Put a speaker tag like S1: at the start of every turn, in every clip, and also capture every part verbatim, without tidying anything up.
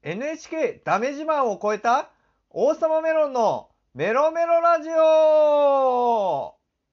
S1: エヌエイチケー ダメ自慢を超えた王様メロンのメロメロラジオ。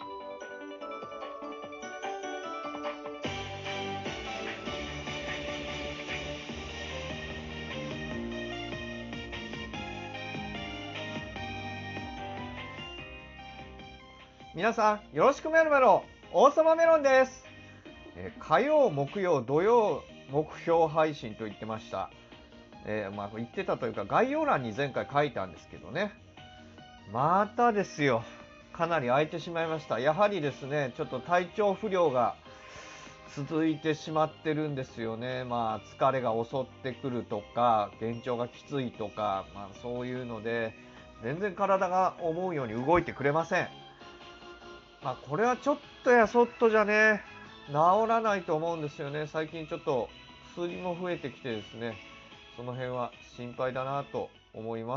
S1: 皆さんよろしくメロメロ、王様メロンです。えー火曜木曜土曜目標配信と言ってました。えーまあ、言ってたというか概要欄に前回書いたんですけどね、またですよ、かなり空いてしまいました。やはりですね、ちょっと体調不良が続いてしまってるんですよね。まあ疲れが襲ってくるとか、幻聴がきついとか、まあそういうので全然体が思うように動いてくれません。まあこれはちょっとやそっとじゃね治らないと思うんですよね。最近ちょっと薬も増えてきてですね、その辺は心配だなと思います。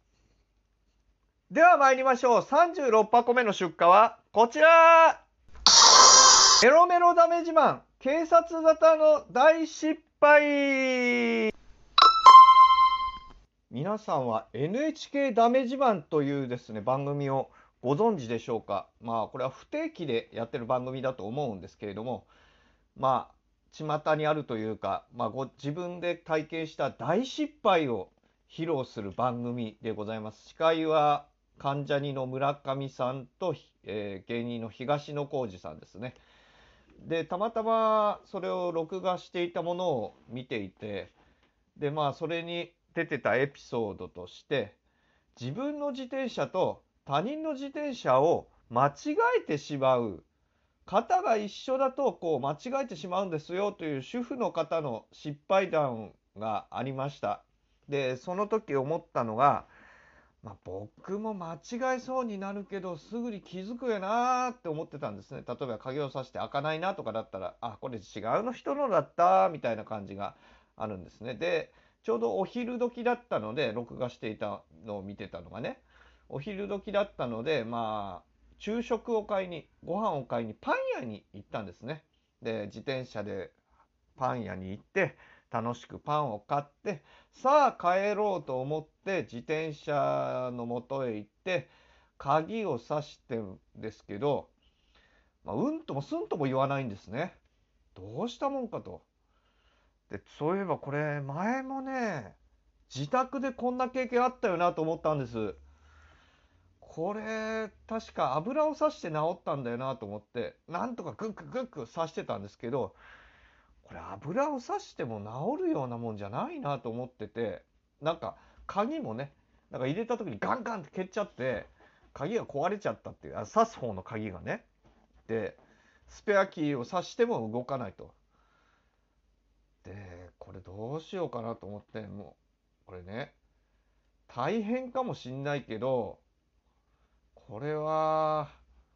S1: では参りましょう。さんじゅうろっぱこめの出荷はこちら。メロメロダメ自慢、警察沙汰の大失敗。皆さんは エヌエイチケー ダメ自慢というですね番組をご存知でしょうか。まあこれは不定期でやってる番組だと思うんですけれども、まあ巷にあるというか、まあ、ご自分で体験した大失敗を披露する番組でございます。司会は関ジャニの村上さんと、えー芸人の東野幸治さんですね。でたまたまそれを録画していたものを見ていて、でまあそれに出てたエピソードとして、自分の自転車と他人の自転車を間違えてしまう、型が一緒だとこう間違えてしまうんですよという主婦の方の失敗談がありました。でその時思ったのが、まあ、僕も間違えそうになるけどすぐに気づくよなーって思ってたんですね。例えば鍵を挿して開かないなとかだったら、あこれ違うの人のだったみたいな感じがあるんですね。でちょうどお昼時だったので、録画していたのを見てたのがね、お昼時だったので、まあ昼食を買いに、ご飯を買いにパン屋に行ったんですね。で自転車でパン屋に行って楽しくパンを買って、さあ帰ろうと思って自転車の元へ行って鍵を挿してるんですけど、まあ、うんともすんとも言わないんですね。どうしたもんかと。でそういえばこれ前もね、自宅でこんな経験あったよなと思ったんです。これ確か油をさして治ったんだよなと思って、なんとかグッググッグさしてたんですけど、これ油をさしても治るようなもんじゃないなと思ってて、なんか鍵もね、なんか入れた時にガンガンって蹴っちゃって鍵が壊れちゃったっていう、あ刺す方の鍵がね。でスペアキーを刺しても動かないと。でこれどうしようかなと思って、もうこれね大変かもしんないけど、これは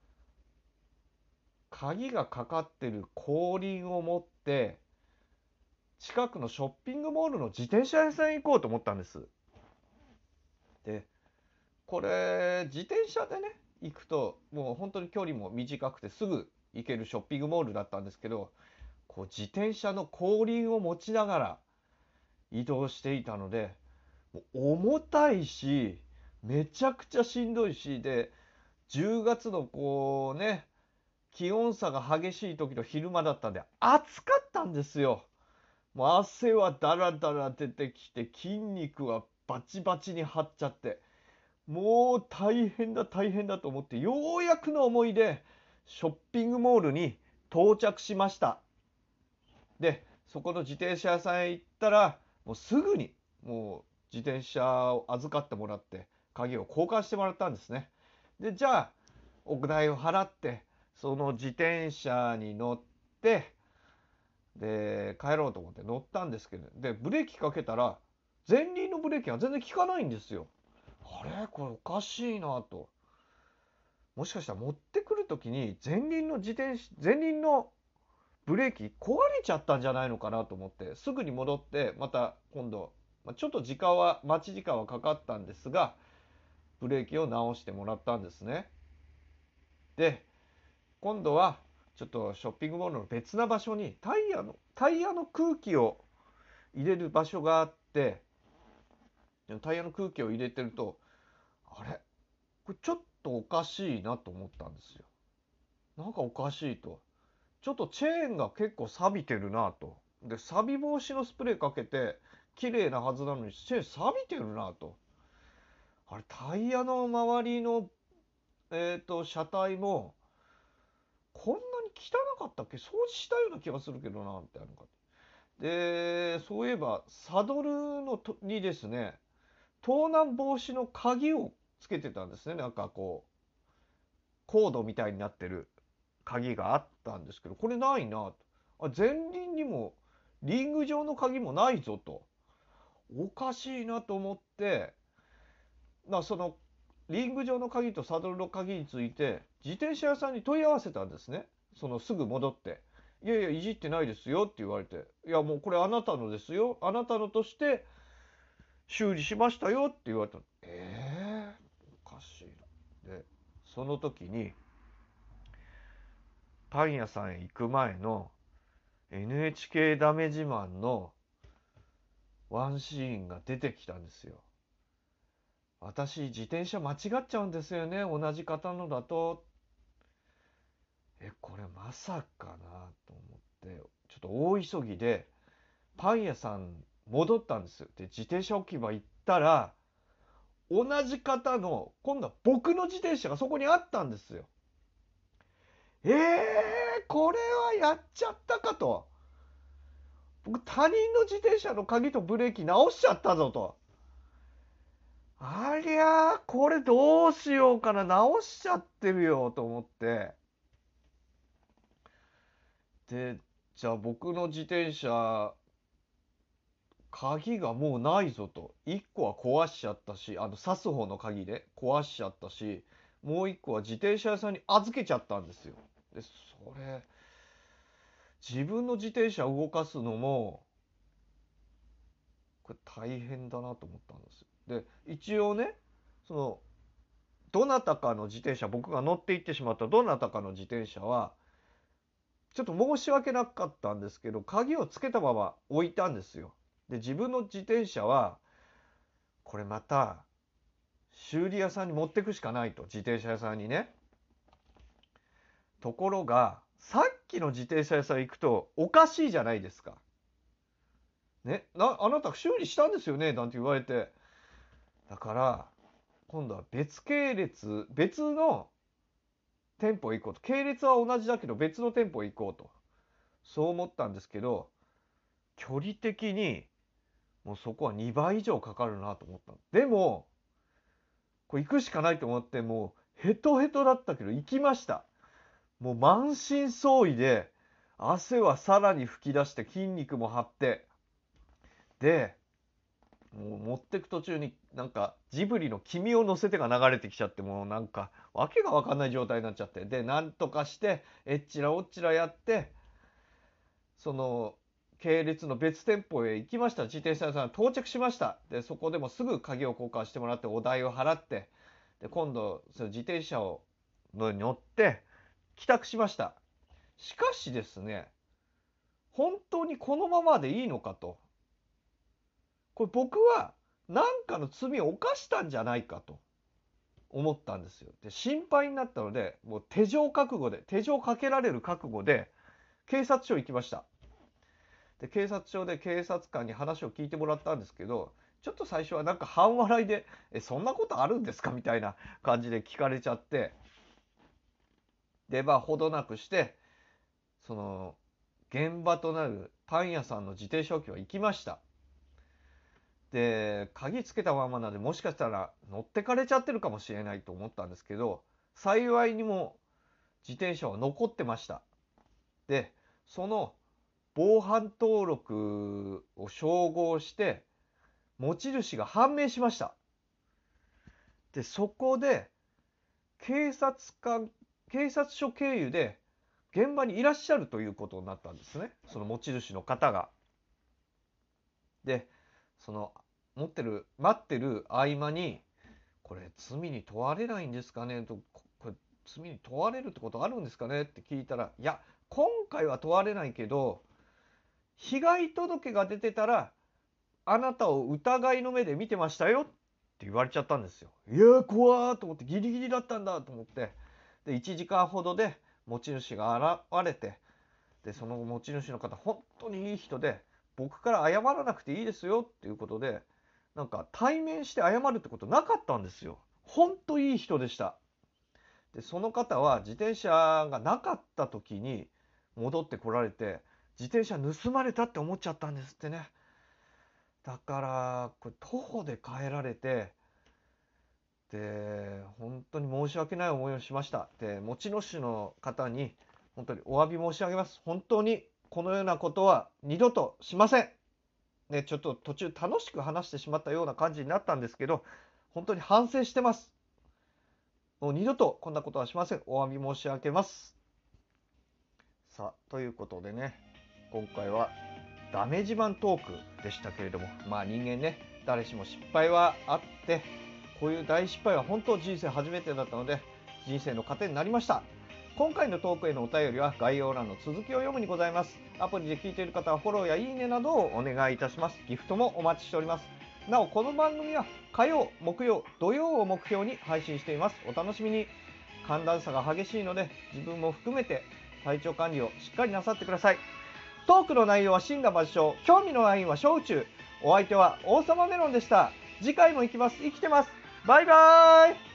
S1: 鍵がかかってる後輪を持って近くのショッピングモールの自転車屋さんに行こうと思ったんです。でこれ自転車でね行くともう本当に距離も短くてすぐ行けるショッピングモールだったんですけど、こう自転車の後輪を持ちながら移動していたので、もう重たいしめちゃくちゃしんどいし、でじゅうがつのこうね気温差が激しい時と昼間だったんで暑かったんですよ。もう汗はだらだら出てきて筋肉はバチバチに張っちゃって、もう大変だ大変だと思って、ようやくの思いでショッピングモールに到着しました。でそこの自転車屋さんへ行ったら、もうすぐにもう自転車を預かってもらって鍵を交換してもらったんですね。でじゃあお代を払ってその自転車に乗ってで帰ろうと思って乗ったんですけど、でブレーキかけたら前輪のブレーキが全然効かないんですよ。あれこれおかしいなと。もしかしたら持ってくる時に前輪の自転車前輪のブレーキ壊れちゃったんじゃないのかなと思って、すぐに戻ってまた今度ちょっと時間は待ち時間はかかったんですがブレーキを直してもらったんですね。で今度はちょっとショッピングモールの別な場所にタイヤのタイヤの空気を入れる場所があって、 タイヤの空気を入れてると、あれこれちょっとおかしいなと思ったんですよ。なんかおかしいと。ちょっとチェーンが結構錆びてるなと。で、錆び防止のスプレーかけて綺麗なはずなのにチェーン錆びてるなと。あれタイヤの周りのえっと車体もこんなに汚かったっけ、掃除したような気がするけどなみたいな感じで、そういえばサドルのとにですね、盗難防止の鍵をつけてたんですね。なんかこうコードみたいになってる鍵があったんですけど、これないなと。あ、前輪にもリング状の鍵もないぞと。おかしいなと思って、まあ、そのリング状の鍵とサドルの鍵について自転車屋さんに問い合わせたんですね。そのすぐ戻って、いやいやいじってないですよって言われて、いやもうこれあなたのですよ、あなたのとして修理しましたよって言われた。えー、おかしいな。でその時にパン屋さんへ行く前の エヌエイチケー ダメ自慢のワンシーンが出てきたんですよ。私自転車間違っちゃうんですよね、同じ方のだと。えこれまさかなと思って、ちょっと大急ぎでパン屋さん戻ったんですよ。で自転車置き場行ったら、同じ方の今度は僕の自転車がそこにあったんですよ。えー、これはやっちゃったかと。僕他人の自転車の鍵とブレーキ直しちゃったぞと。ありゃーこれどうしようかな、直しちゃってるよと思って、でじゃあ僕の自転車鍵がもうないぞと。いっこは壊しちゃったし、あの刺す方の鍵で壊しちゃったし、もういっこは自転車屋さんに預けちゃったんですよ。でそれ自分の自転車を動かすのもこれ大変だなと思ったんですよ。で一応ね、そのどなたかの自転車、僕が乗って行ってしまったどなたかの自転車はちょっと申し訳なかったんですけど、鍵をつけたまま置いたんですよ。で自分の自転車はこれまた修理屋さんに持ってくしかないと、自転車屋さんにね。ところがさっきの自転車屋さん行くとおかしいじゃないですか。ね、なあなた修理したんですよねなんて言われて、だから今度は別系列別の店舗へ行こうと、系列は同じだけど別の店舗へ行こうと、そう思ったんですけど、距離的にもうそこはにばい以上かかるなと思った。でもこれ行くしかないと思って、もうヘトヘトだったけど行きました。もう満身創痍で汗はさらに吹き出して筋肉も張って、でもう持ってく途中になんかジブリの「君を乗せて」が流れてきちゃって、もうなんかわけが分かんない状態になっちゃって、でなんとかしてえっちらおっちらやって、その系列の別店舗へ行きました。自転車屋さん到着しました。でそこでもすぐ鍵を交換してもらってお代を払って、で今度その自転車をのに乗って帰宅しました。しかしですね、本当にこのままでいいのかと。これ僕は何かの罪を犯したんじゃないかと思ったんですよ。で心配になったので、もう手錠覚悟で手錠かけられる覚悟で警察署行きました。で警察署で警察官に話を聞いてもらったんですけど、ちょっと最初はなんか半笑いで「えそんなことあるんですか?」みたいな感じで聞かれちゃって、でまあほどなくして、その現場となるパン屋さんの自転車置き場行きました。で鍵つけたままなのでもしかしたら乗ってかれちゃってるかもしれないと思ったんですけど、幸いにも自転車は残ってました。でその防犯登録を照合して持ち主が判明しました。でそこで警察官警察署経由で現場にいらっしゃるということになったんですね、その持ち主の方が。でその持ってる待ってる合間にこれ罪に問われないんですかねと、これ罪に問われるってことあるんですかねって聞いたら、いや今回は問われないけど被害届が出てたらあなたを疑いの目で見てましたよって言われちゃったんですよ。いやー怖ーと思って、ギリギリだったんだと思って、でいちじかんほどで持ち主が現れて、でその持ち主の方本当にいい人で、僕から謝らなくていいですよっていうことで、なんか対面して謝るってことなかったんですよ。本当いい人でした。でその方は自転車がなかった時に戻ってこられて、自転車盗まれたって思っちゃったんですってね。だからこれ徒歩で帰られて、で本当に申し訳ない思いをしました。で持ち主の方に本当にお詫び申し上げます。本当にこのようなことは二度としません。ね、ちょっと途中楽しく話してしまったような感じになったんですけど、本当に反省してます。もう二度とこんなことはしません。お詫び申し上げます。さあ、ということでね、今回はダメ自慢トークでしたけれども、まあ人間ね、誰しも失敗はあって、こういう大失敗は本当人生初めてだったので、人生の糧になりました。今回のトークへのお便りは概要欄の続きを読むにございます。アプリで聞いている方はフォローやいいねなどをお願いいたします。ギフトもお待ちしております。なお、この番組は火曜、木曜、土曜を目標に配信しています。お楽しみに。寒暖差が激しいので、自分も含めて体調管理をしっかりなさってください。トークの内容は森羅万象、興味のラインは小宇宙。お相手は王様メロンでした。次回も行きます。生きてます。バイバーイ。